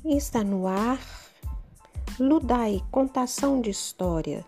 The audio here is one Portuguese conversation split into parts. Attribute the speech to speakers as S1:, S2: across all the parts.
S1: Está no ar Ludai, contação de história.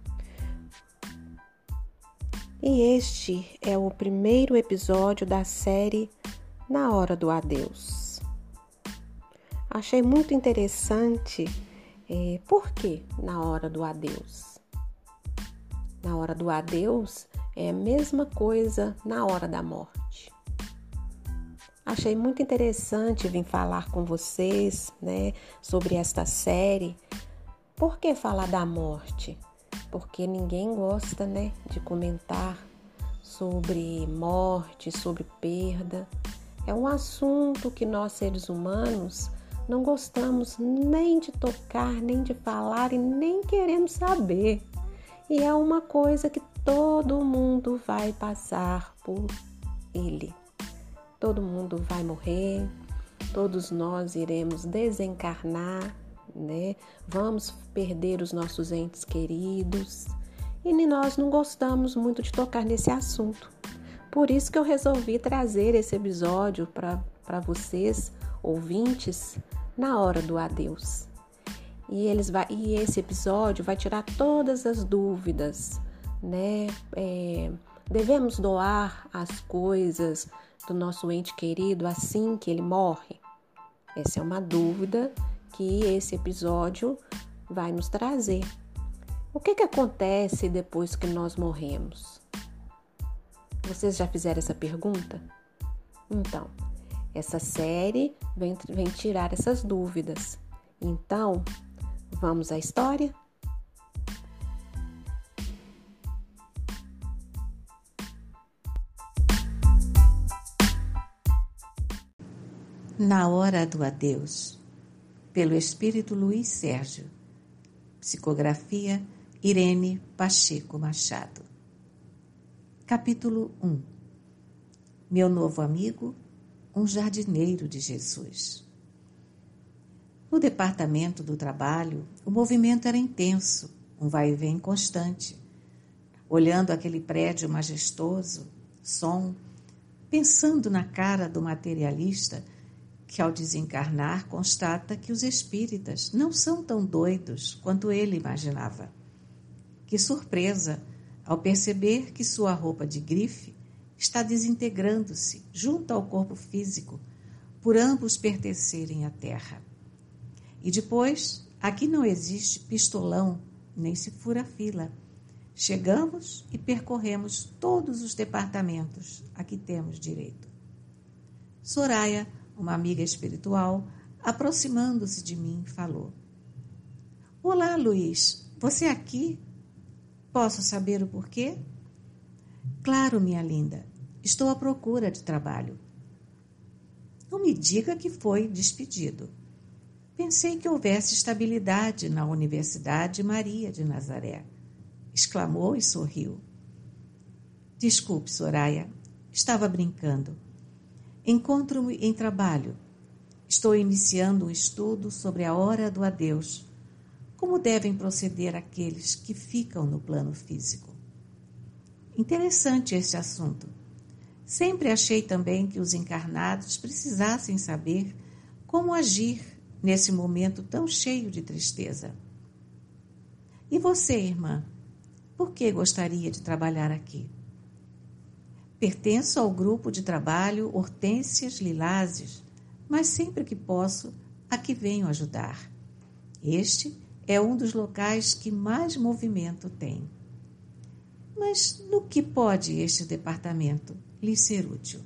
S1: E este é o primeiro episódio da série Na Hora do Adeus. Achei muito interessante, por que na hora do adeus? Na hora do adeus é a mesma coisa na hora da morte. Achei muito interessante vir falar com vocês, sobre esta série. Por que falar da morte? Porque ninguém gosta, de comentar sobre morte, sobre perda. É um assunto que nós, seres humanos, não gostamos nem de tocar, nem de falar e nem queremos saber. E é uma coisa que todo mundo vai passar por ele. Todo mundo vai morrer, todos nós iremos desencarnar, Vamos perder os nossos entes queridos e nós não gostamos muito de tocar nesse assunto. Por isso que eu resolvi trazer esse episódio para vocês, ouvintes, na hora do adeus. E esse episódio vai tirar todas as dúvidas, Devemos doar as coisas do nosso ente querido assim que ele morre? Essa é uma dúvida que esse episódio vai nos trazer. O que acontece depois que nós morremos? Vocês já fizeram essa pergunta? Então, essa série vem tirar essas dúvidas. Então, vamos à história?
S2: Na Hora do Adeus, pelo Espírito Luiz Sérgio. Psicografia Irene Pacheco Machado. Capítulo 1. Meu novo amigo, um jardineiro de Jesus. No departamento do trabalho, o movimento era intenso, um vai-e-vem constante. Olhando aquele prédio majestoso, pensando na cara do materialista, que ao desencarnar constata que os espíritas não são tão doidos quanto ele imaginava. Que surpresa ao perceber que sua roupa de grife está desintegrando-se junto ao corpo físico, por ambos pertencerem à terra. E depois, aqui não existe pistolão, nem se fura fila. Chegamos e percorremos todos os departamentos a que temos direito. Soraya, uma amiga espiritual, aproximando-se de mim, falou: Olá, Luiz, você aqui? Posso saber o porquê? Claro, minha linda, estou à procura de trabalho. Não me diga que foi despedido. Pensei que houvesse estabilidade na Universidade Maria de Nazaré, exclamou e sorriu. Desculpe, Soraya, estava brincando. Encontro-me em trabalho. Estou iniciando um estudo sobre a hora do adeus. Como devem proceder aqueles que ficam no plano físico? Interessante este assunto. Sempre achei também que os encarnados precisassem saber como agir nesse momento tão cheio de tristeza. E você, irmã? Por que gostaria de trabalhar aqui? Pertenço ao grupo de trabalho Hortênsias Lilazes, mas sempre que posso, aqui venho ajudar. Este é um dos locais que mais movimento tem. Mas no que pode este departamento lhe ser útil?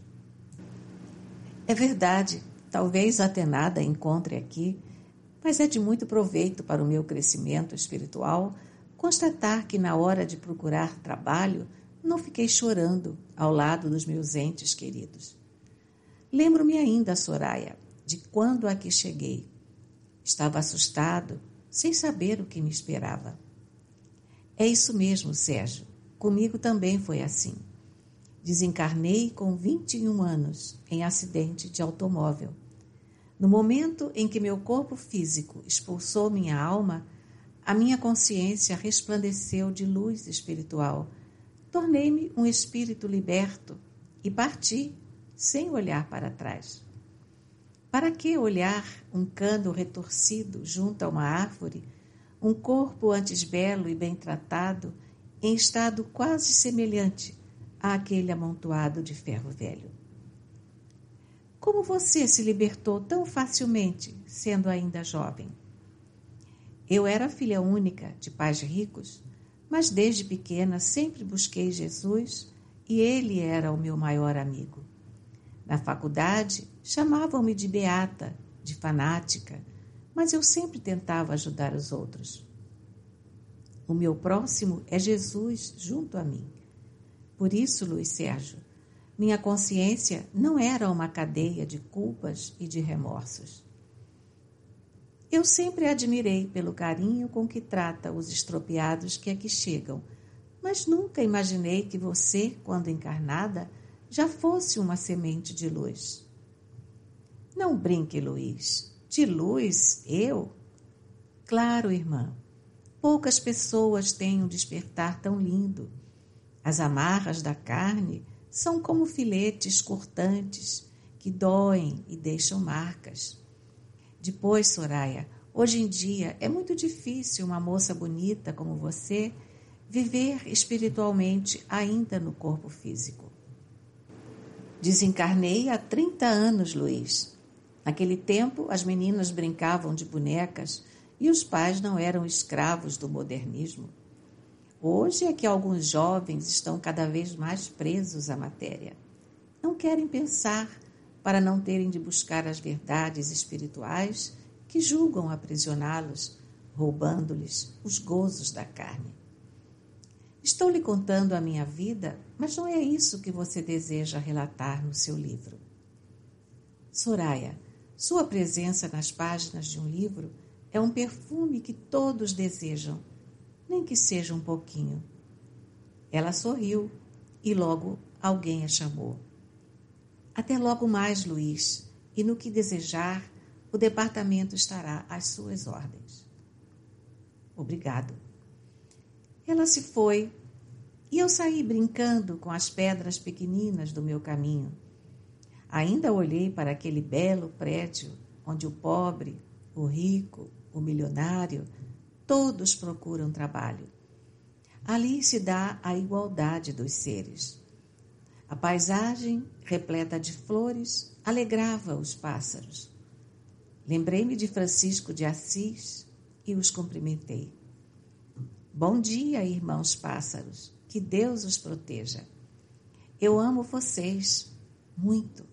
S2: É verdade, talvez a Atenada encontre aqui, mas é de muito proveito para o meu crescimento espiritual constatar que na hora de procurar trabalho não fiquei chorando ao lado dos meus entes queridos. Lembro-me ainda, Soraya, de quando aqui cheguei. Estava assustado, sem saber o que me esperava. É isso mesmo, Sérgio. Comigo também foi assim. Desencarnei com 21 anos em acidente de automóvel. No momento em que meu corpo físico expulsou minha alma, a minha consciência resplandeceu de luz espiritual. Tornei-me um espírito liberto e parti sem olhar para trás. Para que olhar um cano retorcido junto a uma árvore, um corpo antes belo e bem tratado, em estado quase semelhante àquele amontoado de ferro velho? Como você se libertou tão facilmente, sendo ainda jovem? Eu era filha única de pais ricos, mas desde pequena sempre busquei Jesus e ele era o meu maior amigo. Na faculdade, chamavam-me de beata, de fanática, mas eu sempre tentava ajudar os outros. O meu próximo é Jesus junto a mim. Por isso, Luiz Sérgio, minha consciência não era uma cadeia de culpas e de remorsos. Eu sempre a admirei pelo carinho com que trata os estropiados que aqui chegam, mas nunca imaginei que você, quando encarnada, já fosse uma semente de luz. Não brinque, Luiz. De luz, eu? Claro, irmã. Poucas pessoas têm um despertar tão lindo. As amarras da carne são como filetes cortantes que doem e deixam marcas. Depois, Soraya, hoje em dia é muito difícil uma moça bonita como você viver espiritualmente ainda no corpo físico. Desencarnei há 30 anos, Luiz. Naquele tempo, as meninas brincavam de bonecas e os pais não eram escravos do modernismo. Hoje é que alguns jovens estão cada vez mais presos à matéria. Não querem pensar para não terem de buscar as verdades espirituais que julgam aprisioná-los, roubando-lhes os gozos da carne. Estou lhe contando a minha vida, mas não é isso que você deseja relatar no seu livro. Soraya, sua presença nas páginas de um livro é um perfume que todos desejam, nem que seja um pouquinho. Ela sorriu e logo alguém a chamou. Até logo mais, Luiz, e no que desejar, o departamento estará às suas ordens. Obrigado. Ela se foi e eu saí brincando com as pedras pequeninas do meu caminho. Ainda olhei para aquele belo prédio onde o pobre, o rico, o milionário, todos procuram trabalho. Ali se dá a igualdade dos seres. A paisagem, repleta de flores, alegrava os pássaros. Lembrei-me de Francisco de Assis e os cumprimentei. Bom dia, irmãos pássaros. Que Deus os proteja. Eu amo vocês muito.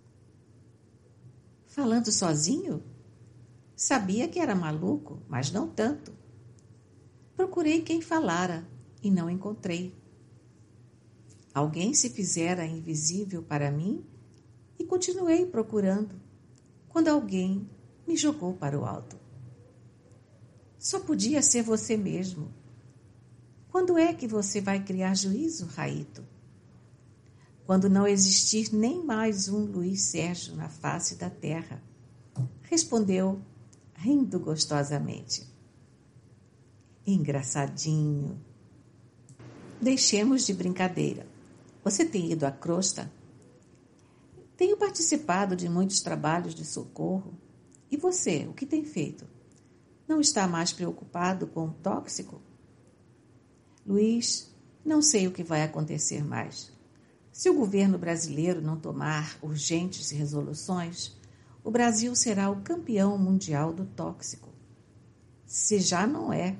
S2: Falando sozinho? Sabia que era maluco, mas não tanto. Procurei quem falara e não encontrei. Alguém se fizera invisível para mim e continuei procurando, quando alguém me jogou para o alto. Só podia ser você mesmo. Quando é que você vai criar juízo, Raito? Quando não existir nem mais um Luiz Sérgio na face da terra, respondeu, rindo gostosamente. Engraçadinho. Deixemos de brincadeira. Você tem ido à crosta? Tenho participado de muitos trabalhos de socorro. E você, o que tem feito? Não está mais preocupado com o tóxico? Luiz, não sei o que vai acontecer mais. Se o governo brasileiro não tomar urgentes resoluções, o Brasil será o campeão mundial do tóxico. Se já não é.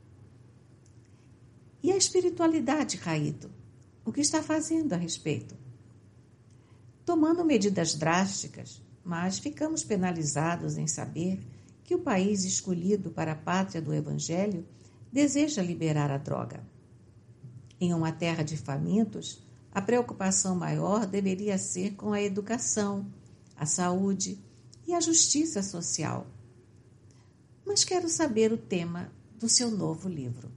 S2: E a espiritualidade, Raito? O que está fazendo a respeito? Tomando medidas drásticas, mas ficamos penalizados em saber que o país escolhido para a pátria do Evangelho deseja liberar a droga. Em uma terra de famintos, a preocupação maior deveria ser com a educação, a saúde e a justiça social. Mas quero saber o tema do seu novo livro.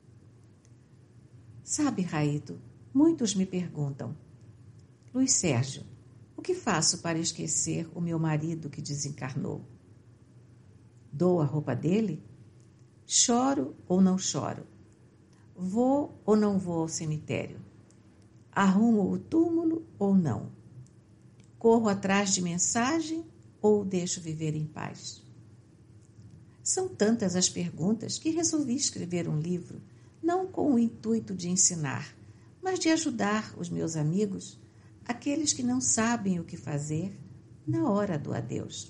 S2: Sabe, Raito, muitos me perguntam, Luiz Sérgio, o que faço para esquecer o meu marido que desencarnou? Dou a roupa dele? Choro ou não choro? Vou ou não vou ao cemitério? Arrumo o túmulo ou não? Corro atrás de mensagem ou o deixo viver em paz? São tantas as perguntas que resolvi escrever um livro, não com o intuito de ensinar, mas de ajudar os meus amigos, aqueles que não sabem o que fazer na hora do adeus.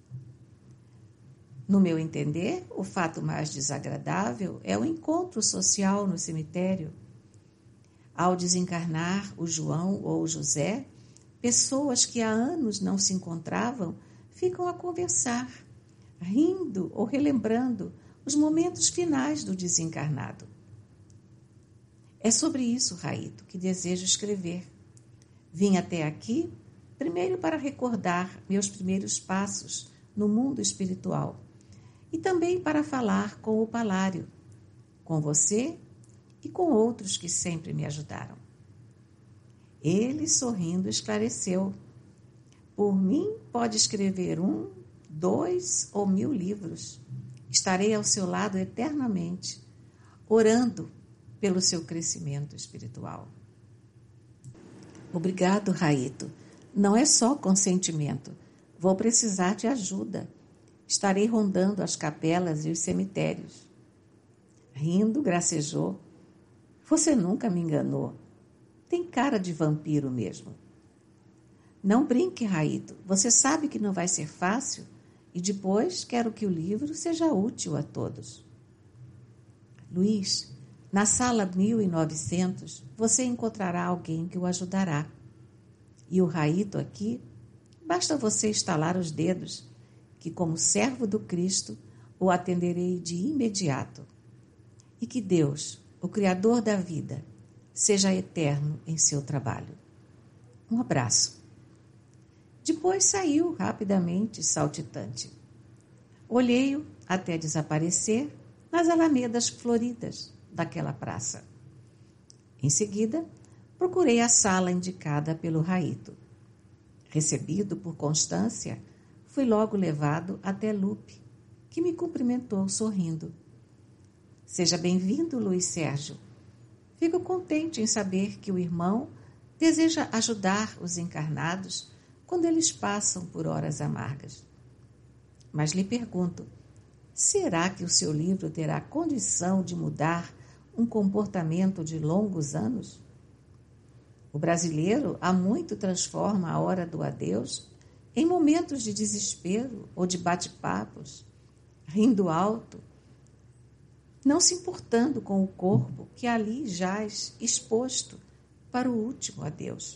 S2: No meu entender, o fato mais desagradável é o encontro social no cemitério. Ao desencarnar o João ou o José, pessoas que há anos não se encontravam ficam a conversar, rindo ou relembrando os momentos finais do desencarnado. É sobre isso, Raito, que desejo escrever. Vim até aqui, primeiro para recordar meus primeiros passos no mundo espiritual e também para falar com o Palário, com você e com outros que sempre me ajudaram. Ele, sorrindo, esclareceu: por mim, pode escrever 1, 2 ou 1000 livros. Estarei ao seu lado eternamente, orando pelo seu crescimento espiritual. Obrigado, Raito. Não é só consentimento. Vou precisar de ajuda. Estarei rondando as capelas e os cemitérios. Rindo, gracejou: você nunca me enganou. Tem cara de vampiro mesmo. Não brinque, Raito. Você sabe que não vai ser fácil e depois quero que o livro seja útil a todos. Luiz, na sala 1900, você encontrará alguém que o ajudará. E o Raito aqui, basta você estalar os dedos, que como servo do Cristo, o atenderei de imediato. E que Deus, o Criador da vida, seja eterno em seu trabalho. Um abraço. Depois saiu rapidamente, saltitante. Olhei-o até desaparecer nas alamedas floridas daquela praça. Em seguida, procurei a sala indicada pelo Raito. Recebido por Constância, fui logo levado até Lupe, que me cumprimentou sorrindo. Seja bem-vindo, Luiz Sérgio. Fico contente em saber que o irmão deseja ajudar os encarnados quando eles passam por horas amargas. Mas lhe pergunto, será que o seu livro terá condição de mudar um comportamento de longos anos? O brasileiro há muito transforma a hora do adeus em momentos de desespero ou de bate-papos, rindo alto, não se importando com o corpo que ali jaz exposto para o último adeus.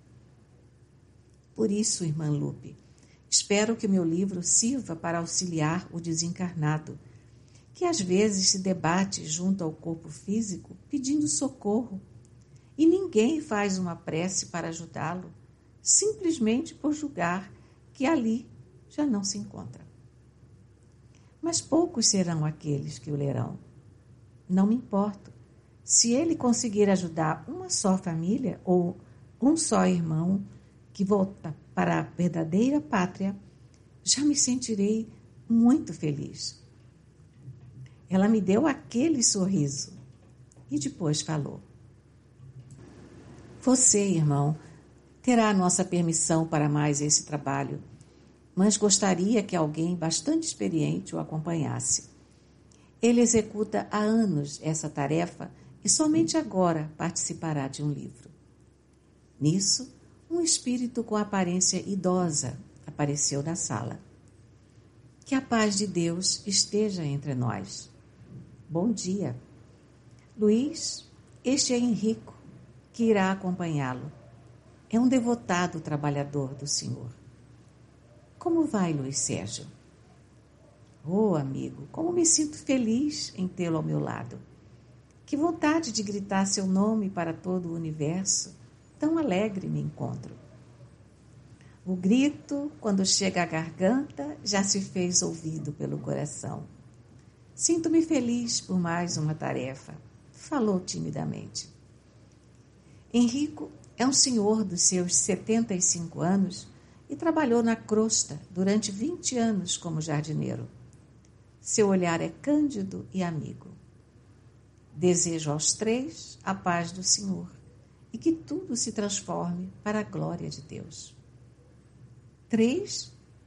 S2: Por isso, irmã Lupe, espero que o meu livro sirva para auxiliar o desencarnado, que às vezes se debate junto ao corpo físico pedindo socorro, e ninguém faz uma prece para ajudá-lo, simplesmente por julgar que ali já não se encontra. Mas poucos serão aqueles que o lerão. Não me importo. Se ele conseguir ajudar uma só família ou um só irmão que volta para a verdadeira pátria, já me sentirei muito feliz. Ela me deu aquele sorriso e depois falou: você, irmão, terá a nossa permissão para mais esse trabalho, mas gostaria que alguém bastante experiente o acompanhasse. Ele executa há anos essa tarefa e somente agora participará de um livro. Nisso, um espírito com aparência idosa apareceu na sala. Que a paz de Deus esteja entre nós. Bom dia. Luiz, este é Henrico, que irá acompanhá-lo. É um devotado trabalhador do Senhor. Como vai, Luiz Sérgio? Oh, amigo, como me sinto feliz em tê-lo ao meu lado. Que vontade de gritar seu nome para todo o universo. Tão alegre me encontro. O grito, quando chega à garganta, já se fez ouvido pelo coração. Sinto-me feliz por mais uma tarefa, falou timidamente. Henrico é um senhor dos seus 75 anos e trabalhou na crosta durante 20 anos como jardineiro. Seu olhar é cândido e amigo. Desejo aos três a paz do Senhor e que tudo se transforme para a glória de Deus. 3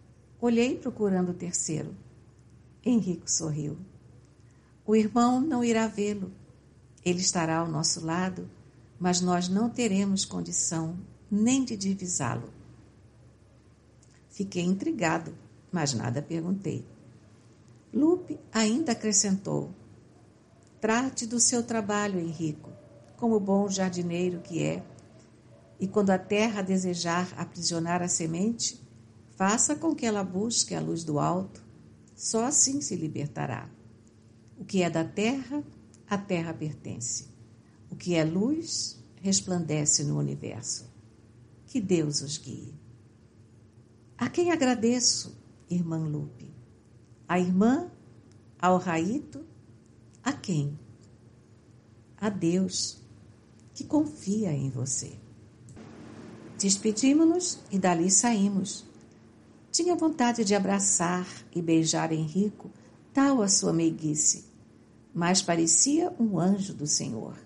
S2: Olhei procurando o terceiro. Henrico sorriu. O irmão não irá vê-lo. Ele estará ao nosso lado, mas nós não teremos condição nem de divisá-lo. Fiquei intrigado, mas nada perguntei. Lupe ainda acrescentou: trate do seu trabalho, Henrico, como bom jardineiro que é, e quando a terra desejar aprisionar a semente, faça com que ela busque a luz do alto, só assim se libertará. O que é da terra, a terra pertence. O que é luz, resplandece no universo. Que Deus os guie. A quem agradeço, irmã Lupe? A irmã? Ao Raito? A quem? A Deus, que confia em você. Despedimos-nos e dali saímos. Tinha vontade de abraçar e beijar Henrico, tal a sua meiguice, mas parecia um anjo do Senhor.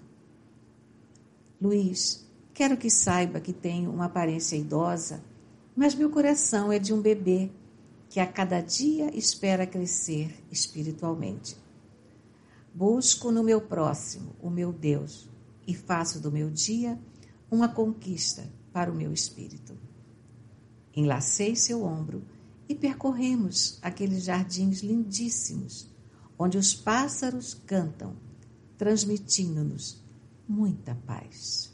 S2: Luiz, quero que saiba que tenho uma aparência idosa, mas meu coração é de um bebê que a cada dia espera crescer espiritualmente. Busco no meu próximo o meu Deus e faço do meu dia uma conquista para o meu espírito. Enlacei seu ombro e percorremos aqueles jardins lindíssimos, onde os pássaros cantam, transmitindo-nos muita paz.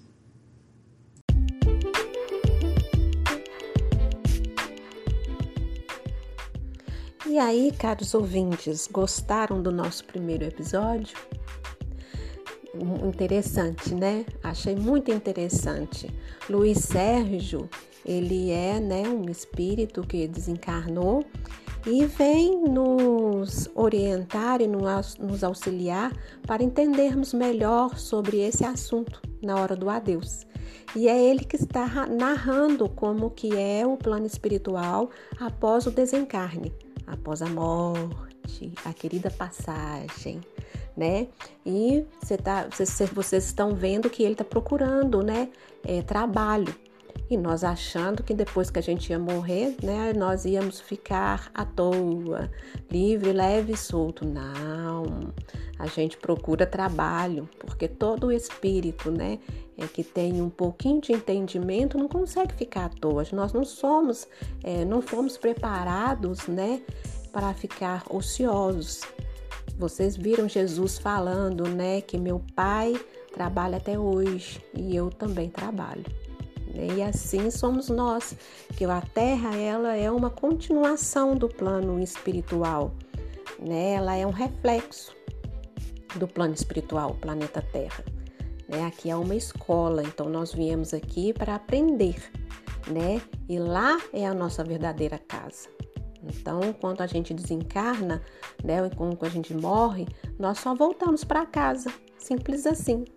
S1: E aí, caros ouvintes, gostaram do nosso primeiro episódio? Interessante, né? Achei muito interessante. Luiz Sérgio, ele é, um espírito que desencarnou e vem nos orientar e nos auxiliar para entendermos melhor sobre esse assunto na hora do adeus. E é ele que está narrando como que é o plano espiritual após o desencarne, após a morte, a querida passagem, né? E vocês estão vendo que ele está procurando, trabalho. E nós achando que depois que a gente ia morrer, nós íamos ficar à toa, livre, leve e solto. Não, a gente procura trabalho, porque todo espírito, que tem um pouquinho de entendimento não consegue ficar à toa. Nós não fomos preparados, para ficar ociosos. Vocês viram Jesus falando, que meu Pai trabalha até hoje e eu também trabalho. E assim somos nós, que a Terra ela é uma continuação do plano espiritual, ela é um reflexo do plano espiritual, o planeta Terra. Aqui é uma escola, então nós viemos aqui para aprender, e lá é a nossa verdadeira casa. Então, quando a gente desencarna, quando a gente morre, nós só voltamos para casa, simples assim,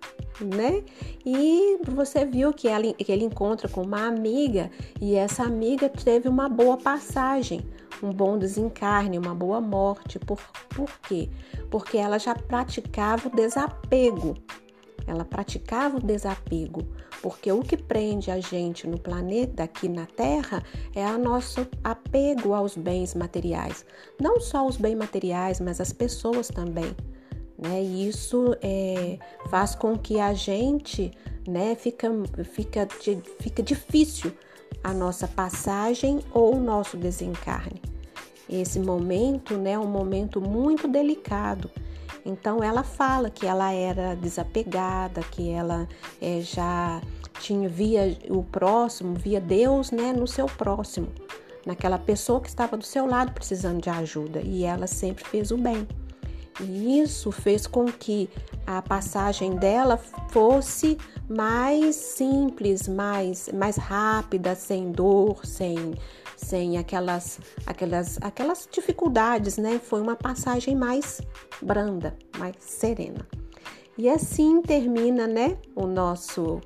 S1: E você viu que ele encontra com uma amiga e essa amiga teve uma boa passagem, um bom desencarne, uma boa morte. Por quê? Porque ela já praticava o desapego. Porque o que prende a gente no planeta, aqui na Terra, é o nosso apego aos bens materiais. Não só os bens materiais, mas as pessoas também. E isso faz com que a gente, fica difícil a nossa passagem ou o nosso desencarne. Esse momento, é um momento muito delicado. Então, ela fala que ela era desapegada, que ela já via o próximo, via Deus, no seu próximo, naquela pessoa que estava do seu lado precisando de ajuda, e ela sempre fez o bem. E isso fez com que a passagem dela fosse mais simples, mais rápida, sem dor, sem aquelas dificuldades, Foi uma passagem mais branda, mais serena. E assim termina, o nosso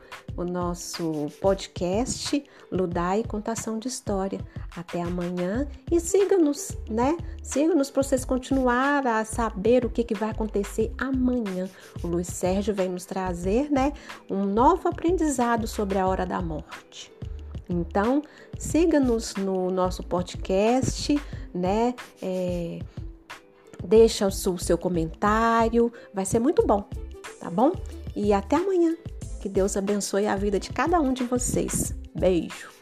S1: podcast Ludai Contação de História. Até amanhã e siga-nos, Siga-nos para vocês continuar a saber o que vai acontecer amanhã. O Luiz Sérgio vem nos trazer, um novo aprendizado sobre a hora da morte. Então, siga-nos no nosso podcast, né? Deixa o seu comentário, vai ser muito bom, tá bom? E até amanhã. Que Deus abençoe a vida de cada um de vocês. Beijo!